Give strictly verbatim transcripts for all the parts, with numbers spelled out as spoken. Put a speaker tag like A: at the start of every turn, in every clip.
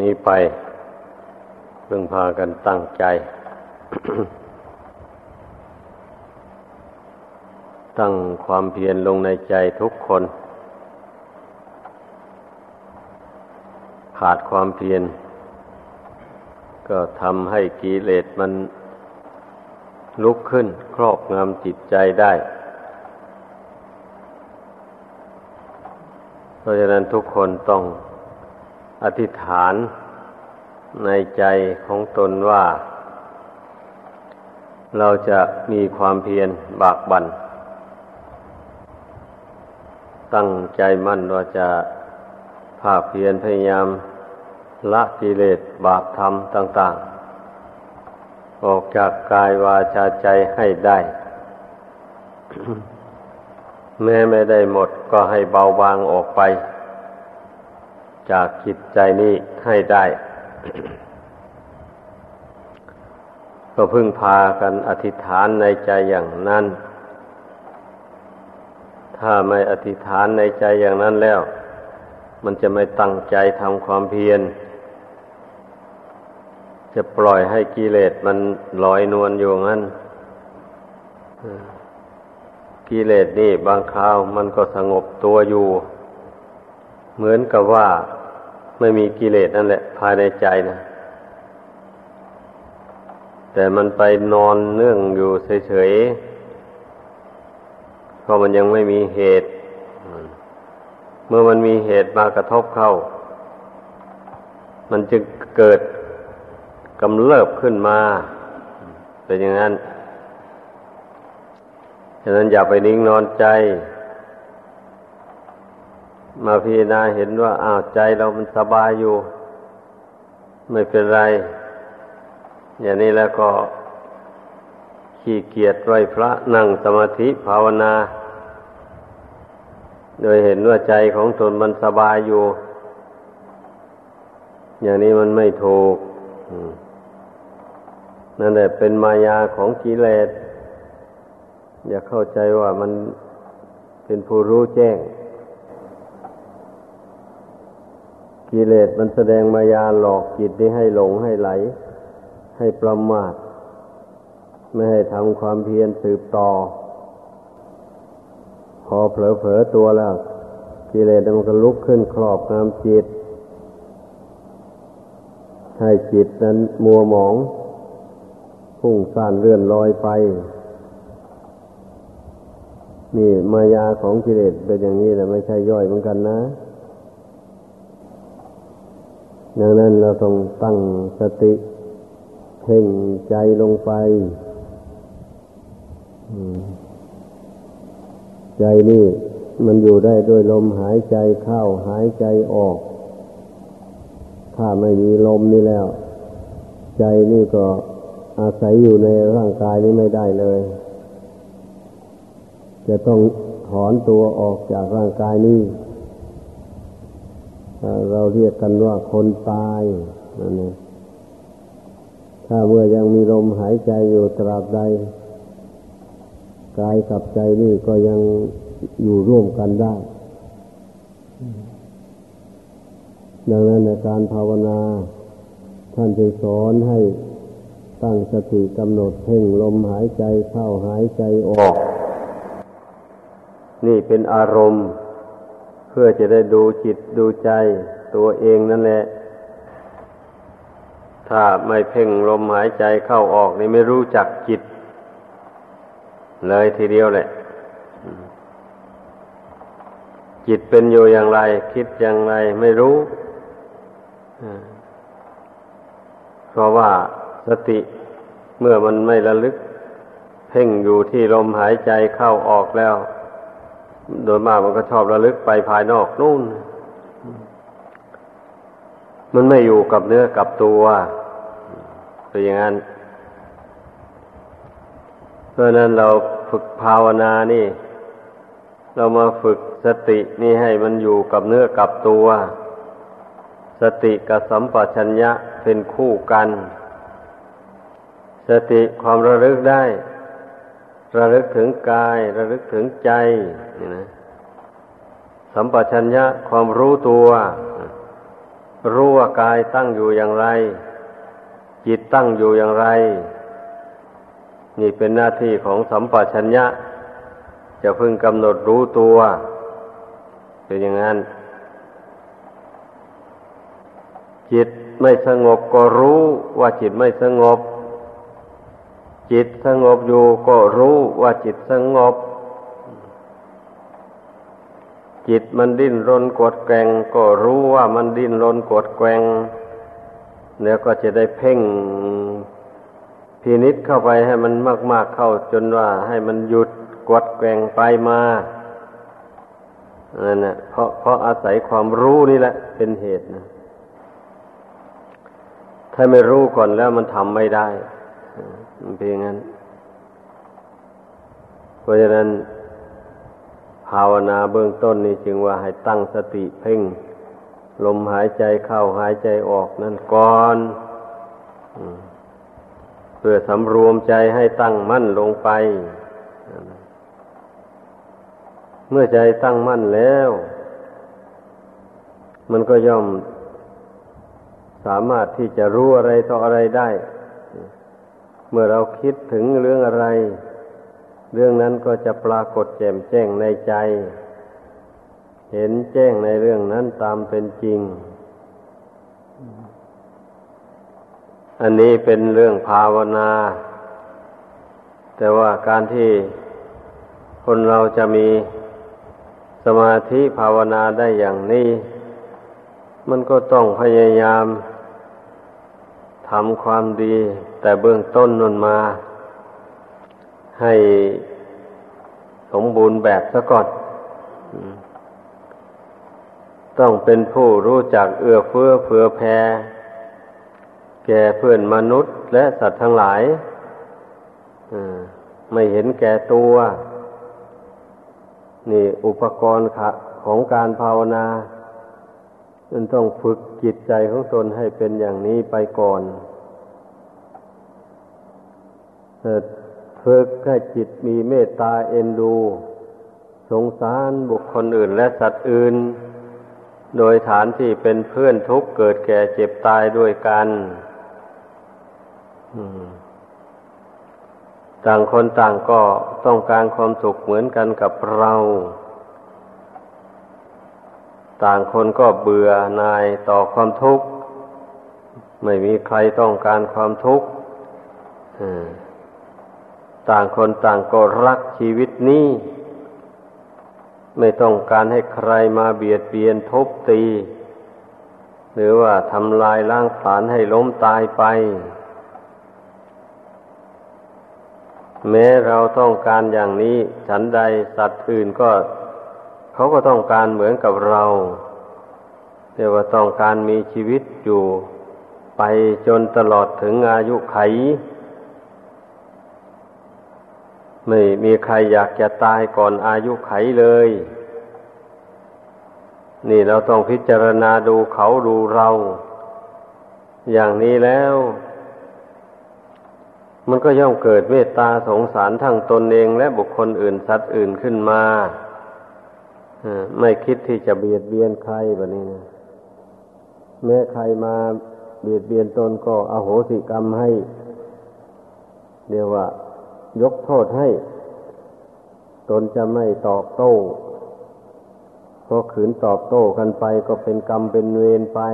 A: นี้ไปเพิ่งพากันตั้งใจ ตั้งความเพียรลงในใจทุกคนขาดความเพียรก็ทำให้กิเลสมันลุกขึ้นครอบงำจิตใจได้เพราะฉะนั้นทุกคนต้องอธิษฐานในใจของตนว่าเราจะมีความเพียรบากบั่นตั้งใจมั่นว่าจะภาคเพียรพยายามละกิเลสบาปธรรมต่างๆออกจากกายวาจาใจให้ได้ แม้ไม่ได้หมดก็ให้เบาบางออกไปจากจิตใจนี้ให้ได้ ก็พึ่งพากันอธิษฐานในใจอย่างนั้นถ้าไม่อธิษฐานในใจอย่างนั้นแล้วมันจะไม่ตั้งใจทำความเพียรจะปล่อยให้กิเลสมันลอยนวลอยู่งั้นกิเลสนี่บางคราวมันก็สงบตัวอยู่เหมือนกับว่าไม่มีกิเลสนั่นแหละภายในใจนะแต่มันไปนอนเนื่องอยู่เฉยๆเพราะมันยังไม่มีเหตุเมื่อมันมีเหตุมากระทบเข้ามันจึงเกิดกำเริบขึ้นมาเป็นอย่างนั้นฉะนั้นอย่าไปนิ่งนอนใจมาพิจารณาเห็นว่าอ้าวใจเรามันสบายอยู่ไม่เป็นไรอย่างนี้แล้วก็ขี้เกียจไหว้พระนั่งสมาธิภาวนาโดยเห็นว่าใจของตนมันสบายอยู่อย่างนี้มันไม่ถูกนั่นแหละเป็นมายาของกิเลสอย่าเข้าใจว่ามันเป็นผู้รู้แจ้งกิเลสมันแสดงมายาหลอกจิตนี้ให้หลงให้ไหลให้ประมาทไม่ให้ทำความเพียรสืบต่อพอเผลอๆตัวแล้วกิเลสมันก็ลุกขึ้นครอบงำจิตให้จิตนั้นมัวหมองพุ่งซ่านเลื่อนลอยไปนี่มายาของกิเลสเป็นอย่างนี้แหละไม่ใช่ย่อยเหมือนกันนะดังนั้นเราต้องตั้งสติเพ่งใจลงไปใจนี่มันอยู่ได้ด้วยลมหายใจเข้าหายใจออกถ้าไม่มีลมนี่แล้วใจนี่ก็อาศัยอยู่ในร่างกายนี้ไม่ได้เลยจะต้องถอนตัวออกจากร่างกายนี้เราเรียกกันว่าคนตายนั่นเองถ้าเมื่อยังมีลมหายใจอยู่ตราบใดกายกับใจนี่ก็ยังอยู่ร่วมกันได้ดังนั้นในการภาวนาท่านจึงสอนให้ตั้งสติกำหนดเพ่งลมหายใจเข้าหายใจออกนี่เป็นอารมณ์เพื่อจะได้ดูจิตดูใจตัวเองนั่นแหละถ้าไม่เพ่งลมหายใจเข้าออกนี่ไม่รู้จักจิตเลยทีเดียวแหละจิตเป็นอยู่อย่างไรคิดอย่างไรไม่รู้เพราะว่าสติเมื่อมันไม่ระลึกเพ่งอยู่ที่ลมหายใจเข้าออกแล้วโดยมากมันก็ชอบระลึกไปภายนอกนู่นมันไม่อยู่กับเนื้อกับตัวเป็นอย่างนั้นเพราะนั้นเราฝึกภาวนานี่เรามาฝึกสตินี่ให้มันอยู่กับเนื้อกับตัวสติกับสัมปชัญญะเป็นคู่กันสติความระลึกได้ระลึกถึงกายระลึกถึงใจนี่นะสัมปชัญญะความรู้ตัวรู้ว่ากายตั้งอยู่อย่างไรจิตตั้งอยู่อย่างไรนี่เป็นหน้าที่ของสัมปชัญญะจะพึงกำหนดรู้ตัวเป็นอย่างนั้นจิตไม่สงบก็รู้ว่าจิตไม่สงบจิตสงบอยู่ก็รู้ว่าจิตสงบจิตมันดิ้นรนกดแกงก็รู้ว่ามันดิ้นรนกดแกงแล้วก็จะได้เพ่งพินิจเข้าไปให้มันมากๆเข้าจนว่าให้มันหยุดกดแกงไปมานั่นน่ะเพราะเพราะอาศัยความรู้นี่แหละเป็นเหตุนะถ้าไม่รู้ก่อนแล้วมันทำไม่ได้มันเป็นอย่างนั้นเพราะฉะนั้นภาวนาเบื้องต้นนี่จึงว่าให้ตั้งสติเพ่งลมหายใจเข้าหายใจออกนั่นก่อนเพื่อสำรวมใจให้ตั้งมั่นลงไปเมื่อใจตั้งมั่นแล้วมันก็ย่อมสามารถที่จะรู้อะไรต่ออะไรได้เมื่อเราคิดถึงเรื่องอะไรเรื่องนั้นก็จะปรากฏแจ่มแจ้งในใจเห็นแจ้งในเรื่องนั้นตามเป็นจริงอันนี้เป็นเรื่องภาวนาแต่ว่าการที่คนเราจะมีสมาธิภาวนาได้อย่างนี้มันก็ต้องพยายามทำความดีแต่เบื้องต้นนั่นมาให้สมบูรณ์แบบซะก่อนต้องเป็นผู้รู้จักเอื้อเฟื้อเผื่อแผ่แก่เพื่อนมนุษย์และสัตว์ทั้งหลายไม่เห็นแก่ตัวนี่อุปกรณ์ของการภาวนามันต้องฝึกจิตใจของตนให้เป็นอย่างนี้ไปก่อนฝึกให้จิตมีเมตตาเอ็นดูสงสารบุคคลอื่นและสัตว์อื่นโดยฐานที่เป็นเพื่อนทุกข์เกิดแก่เจ็บตายด้วยกันต่างคนต่างก็ต้องการความสุขเหมือนกันกับเราต่างคนก็เบื่อหน่ายต่อความทุกข์ไม่มีใครต้องการความทุกข์ต่างคนต่างก็รักชีวิตนี้ไม่ต้องการให้ใครมาเบียดเบียนทุบตีหรือว่าทำลายล้างผลาญให้ล้มตายไปแม้เราต้องการอย่างนี้ฉันใดสัตว์อื่นก็เขาก็ต้องการเหมือนกับเราเรียกว่าต้องการมีชีวิตอยู่ไปจนตลอดถึงอายุไขไม่มีใครอยากจะตายก่อนอายุไขเลยนี่เราต้องพิจารณาดูเขาดูเราอย่างนี้แล้วมันก็ย่อมเกิดเมตตาสงสารทั้งตนเองและบุคคลอื่นสัตว์อื่นขึ้นมาไม่คิดที่จะเบียดเบียนใครแบบนี้นะแม้ใครมาเบียดเบียนตนก็อโหสิกรรมให้เรียกว่ายกโทษให้ตนจะไม่ตอบโต้เพราะขืนตอบโต้กันไปก็เป็นกรรมเป็นเวรไป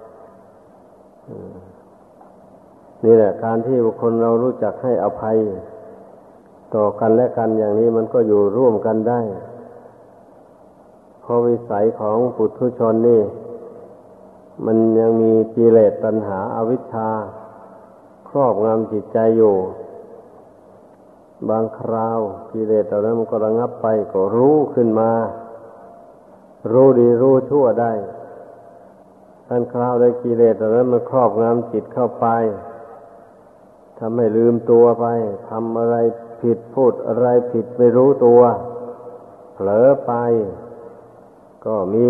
A: นี่แหละการที่บุคคลเรารู้จักให้อภัยต่อกันและกันอย่างนี้มันก็อยู่ร่วมกันได้เพราะวิสัยของปุถุชนนี่มันยังมีกิเลสตัณหาอวิชชาครอบงำจิตใจอยู่บางคราวกิเลสเหล่านั้นมันก็ระงับไปก็รู้ขึ้นมารู้ดีรู้ชั่วได้บางคราวได้กิเลสเหล่านั้นมันครอบงำจิตเข้าไปทำให้ลืมตัวไปทำอะไรผิดพูดอะไรผิดไม่รู้ตัวเผลอไปก็มี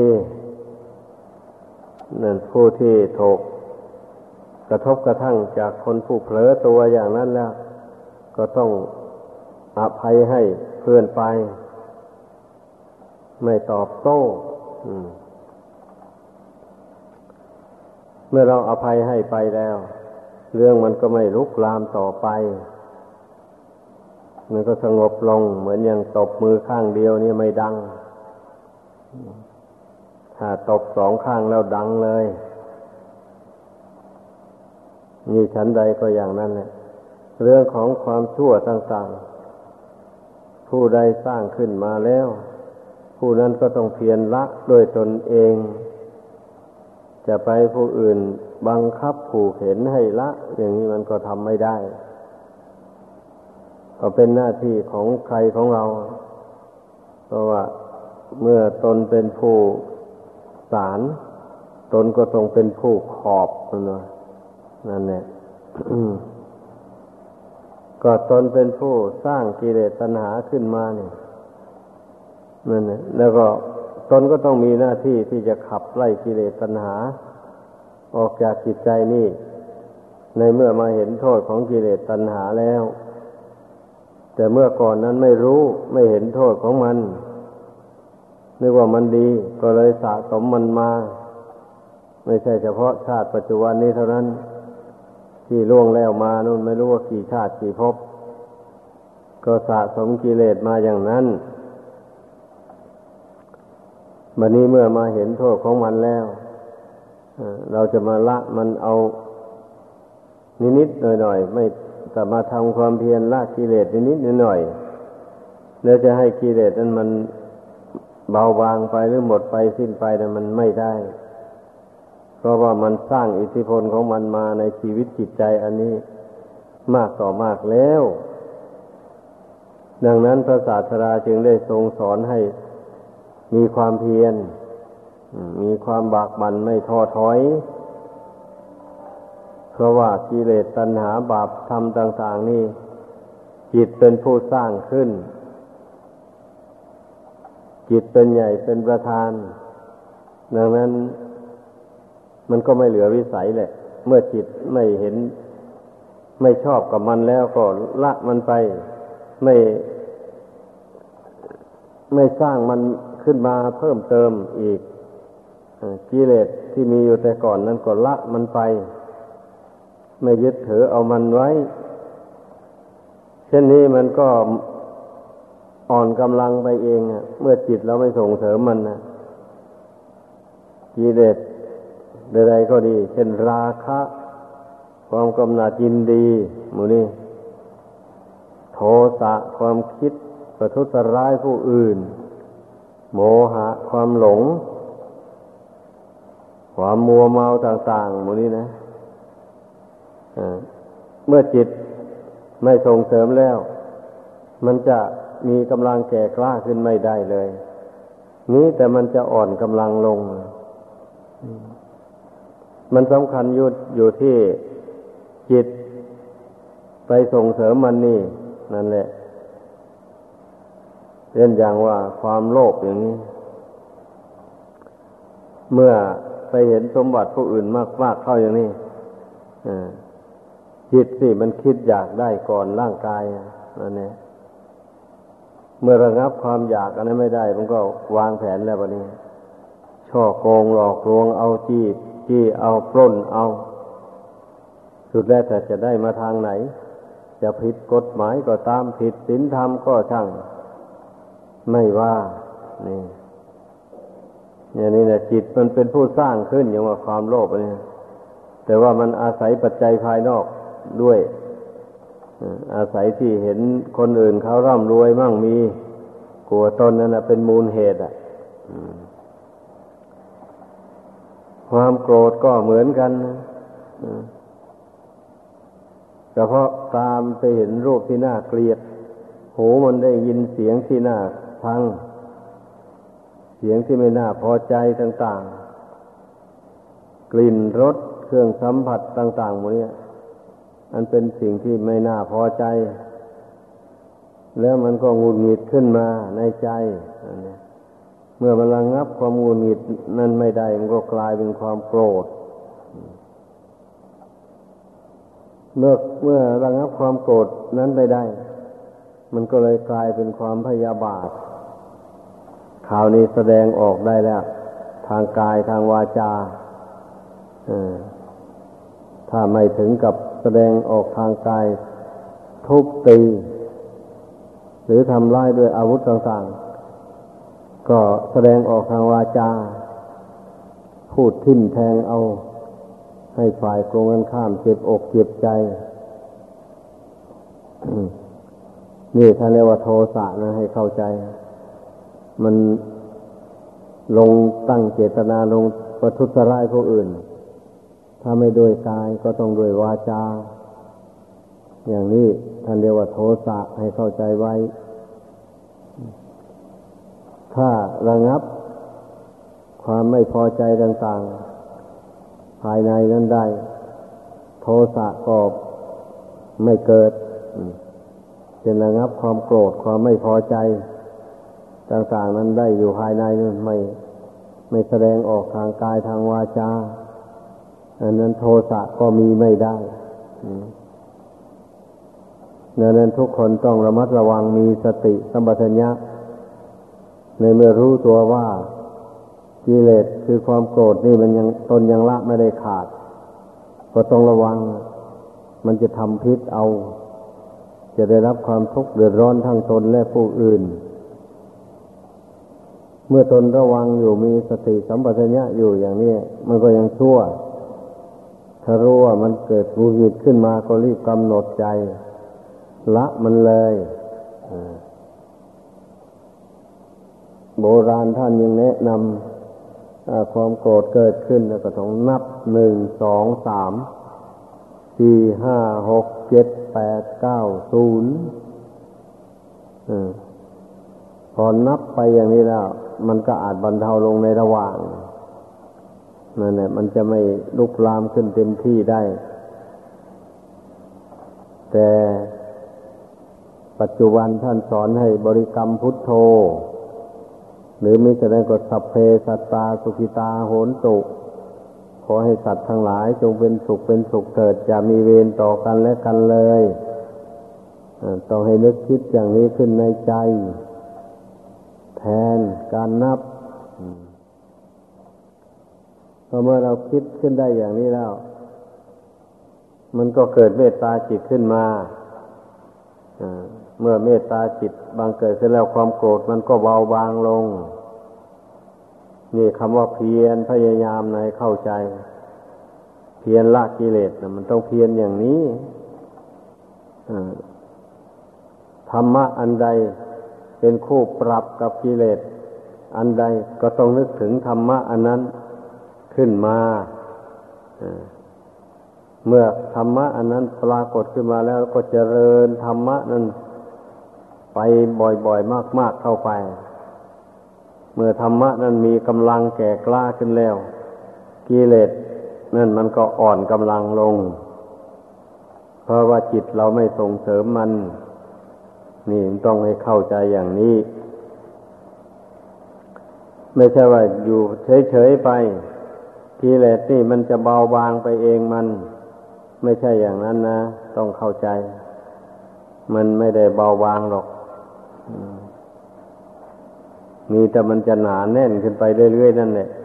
A: นั่นผู้ที่ถูกกระทบกระทั่งจากคนผู้เผลอตัวอย่างนั้นแล้วก็ต้องอภัยให้เพื่อนไปไม่ตอบโต้มื่อเราอภัยให้ไปแล้วเรื่องมันก็ไม่ลุกลามต่อไปมันก็สงบลงเหมือนอย่างตบมือข้างเดียวนี่ไม่ดังถ้าตบสองข้างแล้วดังเลยนี่ฉันใดก็อย่างนั้นแหละเรื่องของความชั่วต่างๆผู้ใดสร้างขึ้นมาแล้วผู้นั้นก็ต้องเพียรละด้วยตนเองจะไปผู้อื่นบังคับขู่เข็นให้ละอย่างนี้มันก็ทำไม่ได้ก็เป็นหน้าที่ของใครของเราเพราะว่าเมื่อตนเป็นผู้สารตนก็ต้องเป็นผู้ขอบนั่นแหละ ก็ตนเป็นผู้สร้างกิเลสตัณหาขึ้นมานี่นั่นแหละแล้วก็ตนก็ต้องมีหน้าที่ที่จะขับไล่กิเลสตัณหาออกจากจิตใจนี่ในเมื่อมาเห็นโทษของกิเลสตัณหาแล้วแต่เมื่อก่อนนั้นไม่รู้ไม่เห็นโทษของมันนึกว่ามันดีก็เลยสะสมมันมาไม่ใช่เฉพาะชาติปัจจุบันนี้เท่านั้นที่ล่วงแล้วมานู่นไม่รู้ว่ากี่ชาติกี่ภพก็สะสมกิเลสมาอย่างนั้นบัดนี้เมื่อมาเห็นโทษของมันแล้วเราจะมาละมันเอานิดๆหน่อยๆไม่แต่มาทำความเพียรละกิเลสนิดๆหน่อยๆแล้วจะให้กิเลสนั้นมันเบาบางไปหรือหมดไปสิ้นไปแต่มันไม่ได้เพราะว่ามันสร้างอิทธิพลของมันมาในชีวิตจิตใจอันนี้มากต่อมากแล้วดังนั้นพระศาสดาจึงได้ทรงสอนให้มีความเพียรมีความบากบั่นไม่ท้อถอยเพราะว่ากิเลสตัณหาบาปธรรมต่างๆนี่จิตเป็นผู้สร้างขึ้นจิตเป็นใหญ่เป็นประธานดังนั้นมันก็ไม่เหลือวิสัยแหละเมื่อจิตไม่เห็นไม่ชอบกับมันแล้วก็ละมันไปไม่ไม่สร้างมันขึ้นมาเพิ่มเติมอีกกิเลสที่มีอยู่แต่ก่อนนั้นก็ละมันไปไม่ยึดถือเอามันไว้เช่นนี้มันก็อ่อนกำลังไปเองเมื่อจิตเราไม่ส่งเสริมมันนะกิเลสใดๆก็ดีเช่นราคะความกำหนัดยินดีหมู่นี้โทสะความคิดประทุษร้ายผู้อื่นโมหะความหลงความมัวเมาต่างๆหมู่นี้นะเมื่อจิตไม่ส่งเสริมแล้วมันจะมีกำลังแก่กล้าขึ้นไม่ได้เลยนี้แต่มันจะอ่อนกำลังลงมันสำคัญอยู่อยู่ที่จิตไปส่งเสริมมันนี่นั่นแหละเช่นอย่างว่าความโลภอย่างนี้เมื่อไปเห็นสมบัติผู้อื่นมากๆเข้าอย่างนี้จิตสิมันคิดอยากได้ก่อนร่างกายนั่นแหละเมื่อระงับความอยากอันนั้นไม่ได้มันก็วางแผนแล้วบัดนี้ช่อโกงหลอกลวงเอาจี้จี้เอาปล้นเอาสุดแล้วแต่จะได้มาทางไหนจะผิดกฎหมายก็ตามผิดศีลธรรมก็ช่างไม่ว่านี่อย่างนี้นะจิตมันเป็นผู้สร้างขึ้นอย่างว่าความโลภนี่แต่ว่ามันอาศัยปัจจัยภายนอกด้วยอาศัยที่เห็นคนอื่นเขาร่ำรวยมั่งมีกลัวตนนั่นแหละเป็นมูลเหตุอ่ะความโกรธก็เหมือนกันนะเฉพาะตามไปเห็นรูปที่น่าเกลียดหูมันได้ยินเสียงที่น่าฟังเสียงที่ไม่น่าพอใจต่างๆกลิ่นรสเครื่องสัมผัสต่างๆหมดนี้อันเป็นสิ่งที่ไม่น่าพอใจแล้วมันก็หงุดหงิดขึ้นมาในใจเมื่อมันระงับความหงุดหงิดนั้นไม่ได้มันก็กลายเป็นความโกรธเมื่อเมื่อระงับความโกรธนั้นไม่ได้มันก็เลยกลายเป็นความพยาบาทข่าวนี้แสดงออกได้แล้วทางกายทางวาจาถ้าไม่ถึงกับแสดงออกทางกายทุบตีหรือทำร้ายด้วยอาวุธต่างๆก็แสดงออกทางวาจาพูดทิ่มแทงเอาให้ฝ่ายตรงกันข้ามเจ็บอกเจ็บใจ นี่ท่านเรียกว่าโทสะนะให้เข้าใจมันลงตั้งเจตนาลงประทุษร้ายผู้อื่นถ้าไม่ด้วยกายก็ต้องด้วยวาจาอย่างนี้ท่านเรียกว่าโทสะให้เข้าใจไว้ถ้าระงับความไม่พอใจต่างๆภายในนั้นได้โทสะก็ไม่เกิดจะระงับความโกรธความไม่พอใจต่างๆนั้นได้อยู่ภายในนั้นไม่ไม่แสดงออกทางกายทางวาจาอันนั้นโทสะก็มีไม่ได้ดังนั้นทุกคนต้องระมัดระวังมีสติสัมปชัญญะในเมื่อรู้ตัวว่ากิเลสคือความโกรธนี่มันยังตนยังละไม่ได้ขาดก็ต้องระวังมันจะทำพิษเอาจะได้รับความทุกข์เดือดร้อนทั้งตนและผู้อื่นเมื่อตนระวังอยู่มีสติสัมปชัญญะอยู่อย่างนี้มันก็ยังชั่วถ้ารู้ว่ามันเกิดหงุดหงิดขึ้นมาก็รีบกำหนดใจละมันเลยโบราณท่านยังแนะนำความโกรธเกิดขึ้นแล้วก็ต้องนับหนึ่งสองสามสี่ห้าหกเจ็ดแปดเก้าศูนย์พอนับไปอย่างนี้แล้วมันก็อาจบรรเทาลงในระหว่างนั่นแหละมันจะไม่ลุกลามขึ้นเต็มที่ได้แต่ปัจจุบันท่านสอนให้บริกรรมพุทโธหรือมิฉะนั้นก็สัพเพสัตตาสุขิตาโหนตุขอให้สัตว์ทั้งหลายจงเป็นสุขเป็นสุขเถิดอย่ามีเวรต่อกันและกันเลยต้องให้นึกคิดอย่างนี้ขึ้นในใจแทนการนับพอเมื่อเราคิดขึ้นได้อย่างนี้แล้วมันก็เกิดเมตตาจิตขึ้นมาเมื่อเมตตาจิตบางเกิดขึ้นแล้วความโกรธมันก็เบาบางลงนี่คำว่าเพียรพยายามในเข้าใจเพียรละกิเลสนะมันต้องเพียรอย่างนี้ธรรมะอันใดเป็นคู่ปรับกับกิเลสอันใดก็ต้องนึกถึงธรรมะอันนั้นขึ้นมาเมื่อธรรมะอันนั้นปรากฏขึ้นมาแล้วก็เจริญธรรมะนั้นไปบ่อยๆมากๆเข้าไปเมื่อธรรมะนั้นมีกำลังแก่กล้าขึ้นแล้วกิเลสนั่นมันก็อ่อนกำลังลงเพราะว่าจิตเราไม่ส่งเสริมมันนี่ต้องให้เข้าใจอย่างนี้ไม่ใช่ว่าอยู่เฉยๆไปกิเลสนี่มันจะเบาบางไปเองมันไม่ใช่อย่างนั้นนะต้องเข้าใจมันไม่ได้เบาบางหรอกมีแต่มันจะหนาแน่นขึ้นไปเรื่อยๆนั่นแหละ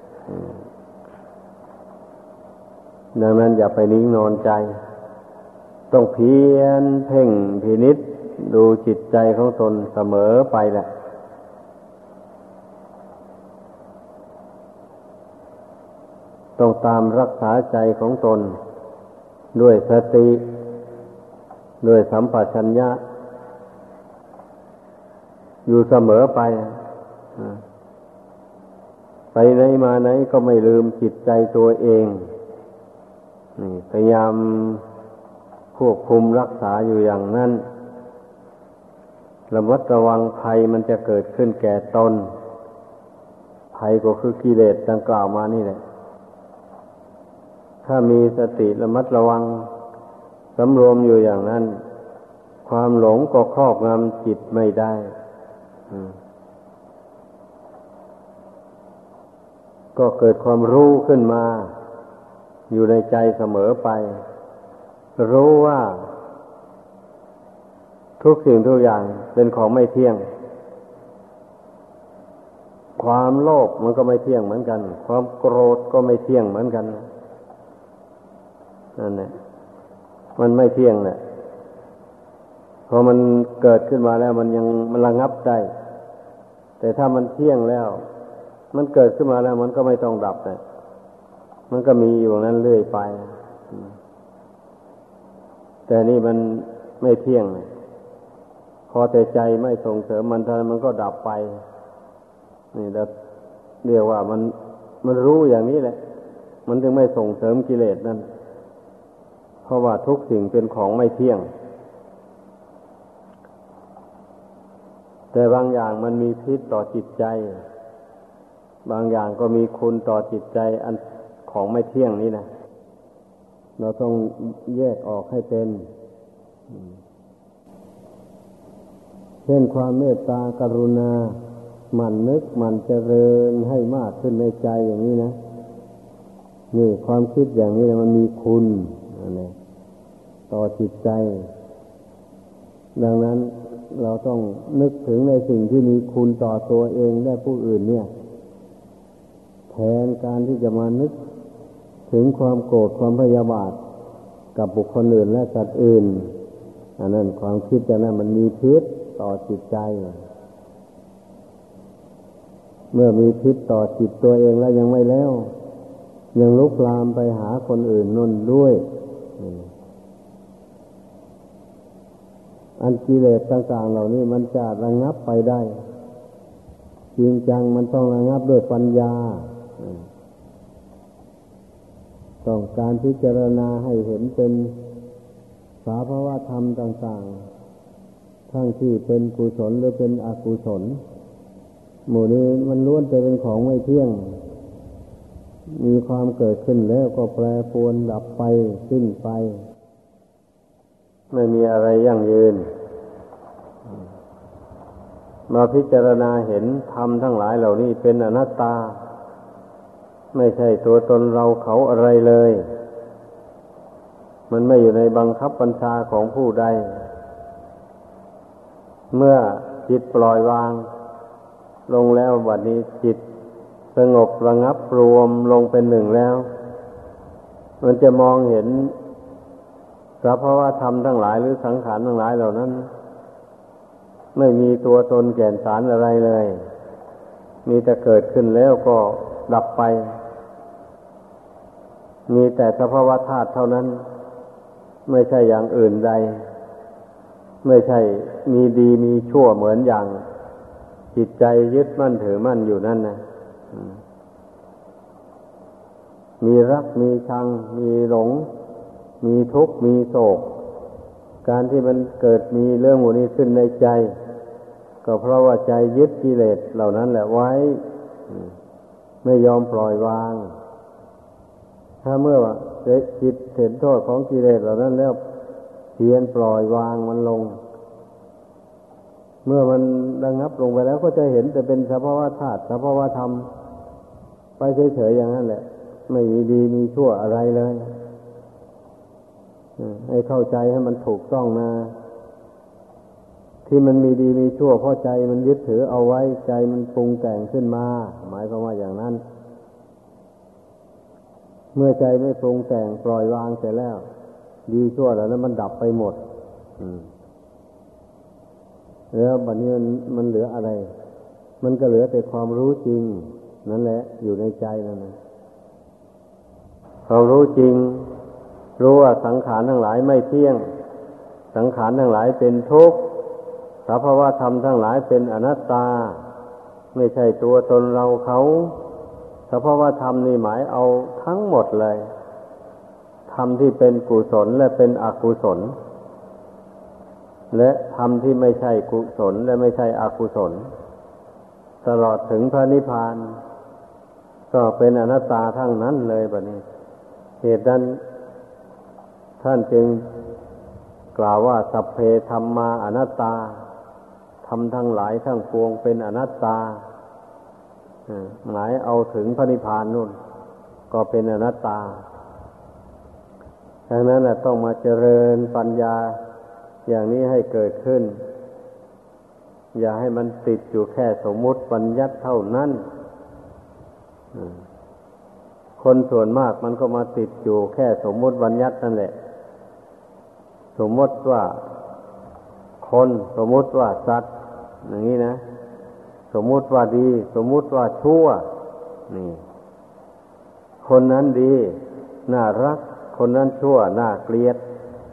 A: ดังนั้นอย่าไปนิ่งนอนใจต้องเพียรเพ่งพินิจดูจิตใจของตนเสมอไปแหละต้องตามรักษาใจของตนด้วยสติด้วยสัมปชัญญะอยู่เสมอไปไปไหนมาไหนก็ไม่ลืมจิตใจตัวเองพยายามควบคุมรักษาอยู่อย่างนั้นระมัดระวังภัยมันจะเกิดขึ้นแก่ตนภัยก็คือกิเลสดังกล่าวมานี่แหละถ้ามีสติระมัดระวังสำรวมอยู่อย่างนั้นความหลงก็ครอบงำจิตไม่ได้ก็เกิดความรู้ขึ้นมาอยู่ในใจเสมอไปรู้ว่าทุกสิ่งทุกอย่างเป็นของไม่เที่ยงความโลภมันก็ไม่เที่ยงเหมือนกันความโกรธก็ไม่เที่ยงเหมือนกันนั่นแหละมันไม่เที่ยงแหละพอมันเกิดขึ้นมาแล้วมันยังมันระงับได้แต่ถ้ามันเที่ยงแล้วมันเกิดขึ้นมาแล้วมันก็ไม่ต้องดับนะมันก็มีอยู่นั้นเรื่อยไปแต่นี่มันไม่เที่ยงนะพอแต่ใจไม่ส่งเสริมมันเท่านั้นมันก็ดับไปนี่เราเรียกว่ามันมันรู้อย่างนี้แหละมันจึงไม่ส่งเสริมกิเลสนั่นเพราะว่าทุกสิ่งเป็นของไม่เที่ยงแต่บางอย่างมันมีพิษต่อจิตใจบางอย่างก็มีคุณต่อจิตใจอันของไม่เที่ยงนี้นะเราต้องแยกออกให้เป็นเช่นความเมตตากรุณาหมั่นนึกหมั่นเจริญให้มากขึ้นในใจอย่างนี้นะนี่ความคิดอย่างนี้มันมีคุณอะไรต่อจิตใจดังนั้นเราต้องนึกถึงในสิ่งที่มีคุณต่อตัวเองและผู้อื่นเนี่ยแทนการที่จะมานึกถึงความโกรธความพยาบาทกับบุคคลอื่นและสัตว์อื่นอันนั้นความคิดอย่างนั้นมันมีพิษต่อจิตใจเมื่อมีพิษต่อจิตตัวเองแล้วยังไม่แล้วยังลุกลามไปหาคนอื่นนั่นด้วยอันกิเลสต่างๆเหล่านี้มันจะระงับไปได้จริงจังมันต้องระงับด้วยปัญญาต้องการพิจารณาให้เห็นเป็นสภาวะธรรมต่างๆทั้งที่เป็นกุศลหรือเป็นอกุศลหมู่นี้มันล้วนแต่เป็นของไม่เที่ยงมีความเกิดขึ้นแล้วก็แปรปรวนดับไปสิ้นไปไม่มีอะไรยั่งยืนมาพิจารณาเห็นธรรมทั้งหลายเหล่านี้เป็นอนัตตาไม่ใช่ตัวตนเราเขาอะไรเลยมันไม่อยู่ในบังคับบัญชาของผู้ใดเมื่อจิตปล่อยวางลงแล้วบัดนี้จิตสงบระงับรวมลงเป็นหนึ่งแล้วมันจะมองเห็นสภาวะธรรมทั้งหลายหรือสังขารทั้งหลายเหล่านั้นไม่มีตัวตนแก่นสารอะไรเลยมีแต่เกิดขึ้นแล้วก็ดับไปมีแต่สภาวะธาตุเท่านั้นไม่ใช่อย่างอื่นใดไม่ใช่มีดีมีชั่วเหมือนอย่างจิตใจยึดมั่นถือมั่นอยู่นั่นนะมีรักมีชังมีหลงมีทุกข์มีโศกการที่มันเกิดมีเรื่องหมู่นี้ขึ้นในใจก็เพราะว่าใจยึดกิเลสเหล่านั้นแหละไว้ไม่ยอมปล่อยวางถ้าเมื่อว่าจิตเห็นโทษของกิเลสเหล่านั้นแล้วเพียรปล่อยวางมันลงเมื่อมันระงับลงไปแล้วก็จะเห็นแต่เป็นสภาวะธาตุสภาวะธรรมไปเฉยๆอย่างนั้นแหละไม่มีดีมีชั่วอะไรเลยให้เข้าใจให้มันถูกต้องนะที่มันมีดีมีชั่วเพราะใจมันยึดถือเอาไว้ใจมันปรุงแต่งขึ้นมาหมายความว่าอย่างนั้นเมื่อใจไม่ปรุงแต่งปล่อยวางเสร็จแล้วดีชั่วแล้วนั้นมันดับไปหมดแล้วบัดนี้มันมันเหลืออะไรมันก็เหลือแต่ความรู้จริงนั่นแหละอยู่ในใจนั่นนะความรู้จริงรู้ว่าสังขารทั้งหลายไม่เที่ยงสังขารทั้งหลายเป็นทุกข์สภาวะธรรมทั้งหลายเป็นอนัตตาไม่ใช่ตัวตนเราเขาสภาวะธรรมนี่หมายเอาทั้งหมดเลยธรรมที่เป็นกุศลและเป็นอกุศลและธรรมที่ไม่ใช่กุศลและไม่ใช่อกุศลตลอดถึงพระนิพพานก็เป็นอนัตตาทั้งนั้นเลยบัดนี้เหตุนั้นท่านจึงกล่าวว่าสัพเพธัมมาอนัตตาธรรมทั้งหลายทั้งปวงเป็นอนัตตาหมายเอาถึงพระนิพพานนู่นก็เป็นอนัตตาดังนั้นแหละต้องมาเจริญปัญญาอย่างนี้ให้เกิดขึ้นอย่าให้มันติดอยู่แค่สมมุติบัญญัติเท่านั้นคนส่วนมากมันก็มาติดอยู่แค่สมมติบัญญัตินั่นแหละสมมติว่าคนสมมติว่าสัตว์อย่างนี้นะสมมติว่าดีสมมติว่าชั่วนี่คนนั้นดีน่ารักคนนั้นชั่วน่าเกลียด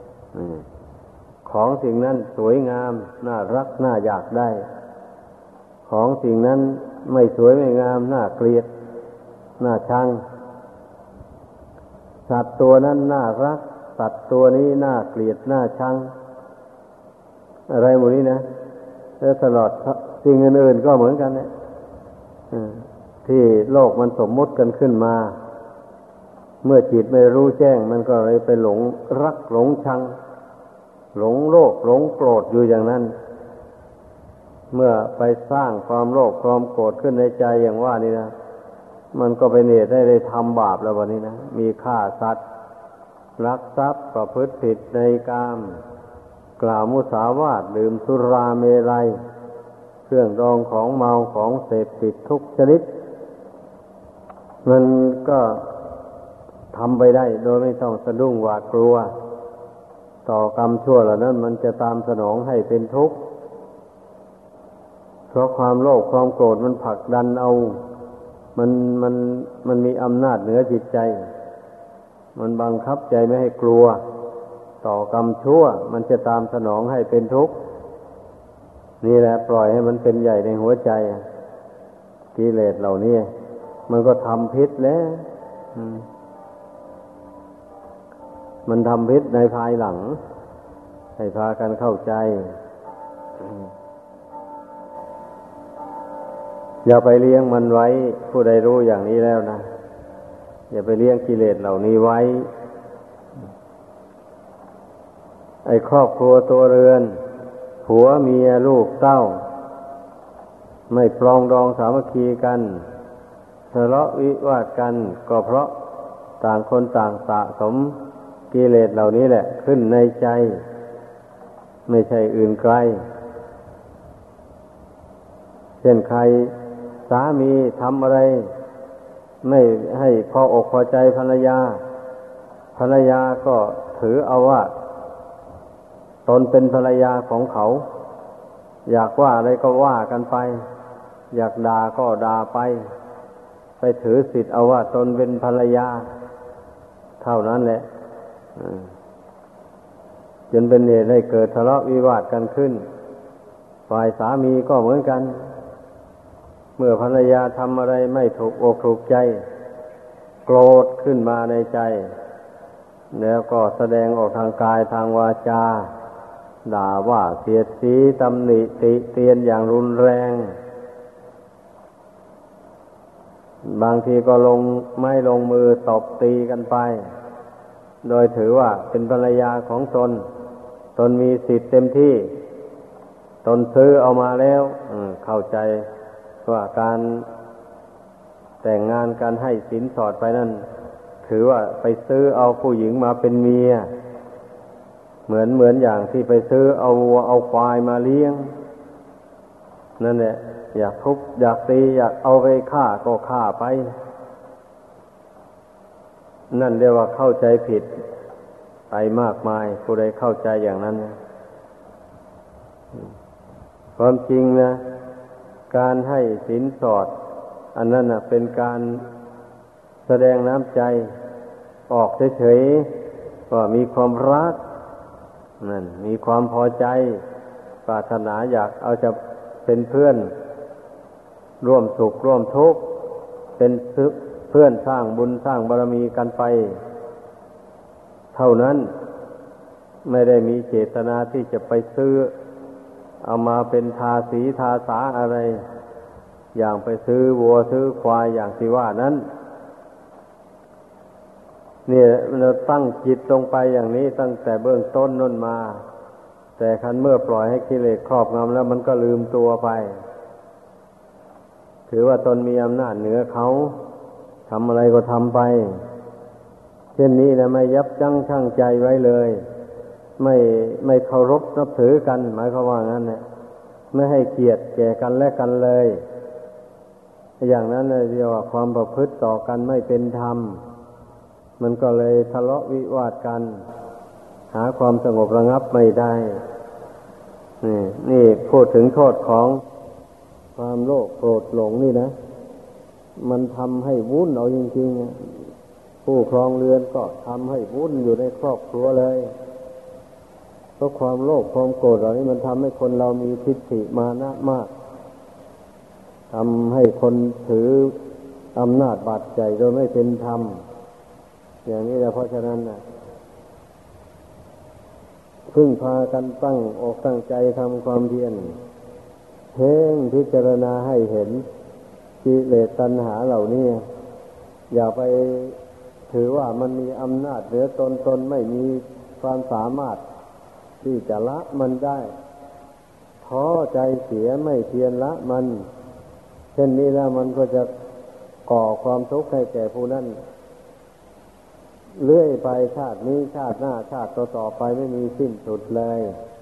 A: ของสิ่งนั้นสวยงามน่ารักน่าอยากได้ของสิ่งนั้นไม่สวยไม่งามน่าเกลียดน่าชังสัตว์ตัวนั้นน่ารักสัตว์ตัวนี้น่าเกลียดน่าชังอะไรหมดนี้นะแล้วตลอดสิ่งอื่นๆก็เหมือนกันเนี่ยที่โลกมันสมมติกันขึ้นมาเมื่อจิตไม่รู้แจ้งมันก็เลยไปหลงรักหลงชังหลงโลภหลงโกรธอยู่อย่างนั้นเมื่อไปสร้างความโลภความโกรธขึ้นในใจอย่างว่านี่นะมันก็เป็นเหตุให้ได้ทำบาปแล้ววันนี้นะมีฆ่าสัตว์ลักทรัพย์ประพฤติผิดในกามกล่าวมุสาวาทดื่มสุราเมรัยเครื่องดองของเมาของเสพติดทุกชนิดมันก็ทำไปได้โดยไม่ต้องสะดุ้งหวาดกลัวต่อกรรมชั่วเหล่านั้นมันจะตามสนองให้เป็นทุกข์เพราะความโลภความโกรธมันผลักดันเอามันมันมันมีอำนาจเหนือจิตใจมันบังคับใจไม่ให้กลัวต่อกรรมชั่วมันจะตามสนองให้เป็นทุกข์นี่แหละปล่อยให้มันเป็นใหญ่ในหัวใจกิเลสเหล่านี้มันก็ทำพิษแล้วมันทำพิษในภายหลังให้พากันเข้าใจอย่าไปเลี้ยงมันไว้ผู้ใดรู้อย่างนี้แล้วนะอย่าไปเลี้ยงกิเลสเหล่านี้ไว้ไอ้ครอบครัวตัวเรือนผัวเมียลูกเต้าไม่ปรองดองสามัคคีกันทะเลาะวิวาทกันก็เพราะต่างคนต่างสะสมกิเลสเหล่านี้แหละขึ้นในใจไม่ใช่อื่นไกลเช่นใครสามีทำอะไรไม่ให้พออกพอใจภรรยาภรรยาก็ถือเอาว่าตนเป็นภรรยาของเขาอยากว่าอะไรก็ว่ากันไปอยากด่าก็ด่าไปไปถือสิทธิ์เอาว่าตนเป็นภรรยาเท่านั้นแหละจนเป็นเหตุให้เกิดทะเลาะวิวาทกันขึ้นฝ่ายสามีก็เหมือนกันเมื่อภรรยาทำอะไรไม่ถูกอกถูกใจโกรธขึ้นมาในใจแล้วก็แสดงออกทางกายทางวาจาด่าว่าเสียดสีตำหนิติเตียนอย่างรุนแรงบางทีก็ลงไม้ลงมือตบตีกันไปโดยถือว่าเป็นภรรยาของตนตนมีสิทธิ์เต็มที่ตนซื้อเอามาแล้วเข้าใจว่าการแต่งงานการให้สินสอดไปนั่นถือว่าไปซื้อเอาผู้หญิงมาเป็นเมียเหมือนเหมือนอย่างที่ไปซื้อเอาวัวเอาควายมาเลี้ยงนั่นแหละอยากทุบอยากตีอยากเอาไปฆ่าก็ฆ่าไปนั่นเรียกว่าเข้าใจผิดไปมากมายผู้ใดเข้าใจอย่างนั้นนะความจริงนะการให้สินสอดอันนั้นนะเป็นการแสดงน้ำใจออกเฉยๆว่ามีความรักนั่นมีความพอใจปรารถนาอยากเอาจะเป็นเพื่อนร่วมสุขร่วมทุกข์เป็นเพื่อนสร้างบุญสร้างบารมีกันไปเท่านั้นไม่ได้มีเจตนาที่จะไปซื้อเอามาเป็นทาสีทาสาอะไรอย่างไปซื้อวัวซื้อควายอย่างที่ว่านั้นนี่เราตั้งจิตลงไปอย่างนี้ตั้งแต่เบื้องต้นนั่นมาแต่คันเมื่อปล่อยให้กิเลสครอบงำแล้วมันก็ลืมตัวไปถือว่าตนมีอำนาจเหนือเขาทำอะไรก็ทำไปเช่นนี้นะไม่ยับยั้งชั่งใจไว้เลยไม่ไม่เคารพนับถือกันหมายความว่างั้นนะไม่ให้เกียรติแก่กันและกันเลยอย่างนั้นเลยเรียกว่าความประพฤติต่อกันไม่เป็นธรรมมันก็เลยทะเลาะวิวาทกันหาความสงบระงับไม่ได้นี่นี่พูดถึงโทษของความโลภโกรธหลงนี่นะมันทำให้วุ่นเอาจริงๆผู้ครองเรือนก็ทำให้วุ่นอยู่ในครอบครัวเลยเพราะความโลภความโกรธเหล่านี้มันทำให้คนเรามีทิฏฐิมานะมากทำให้คนถืออำนาจบาดใจโดยไม่เป็นธรรมอย่างนี้แหละเพราะฉะนั้นนะพึ่งพากันตั้งอกตั้งใจทำความเพียรเพ่งพิจารณาให้เห็นกิเลสตัณหาเหล่านี้อย่าไปถือว่ามันมีอำนาจเหนือตนตนไม่มีความสามารถที่จะละมันได้ท้อใจเสียไม่เพียรละมันเช่นนี้แล้วมันก็จะก่อความทุกข์ให้แก่ผู้นั้นเรื่อยไปชาตินี้ชาติหน้าชาติต่อๆไปไม่มีสิ้นสุดเลย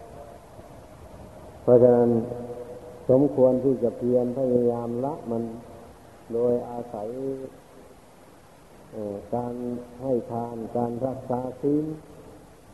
A: เพราะฉะนั้นสมควรที่จะเพียรพยายามละมันโดยอาศัยการให้ทานการรักษาศีล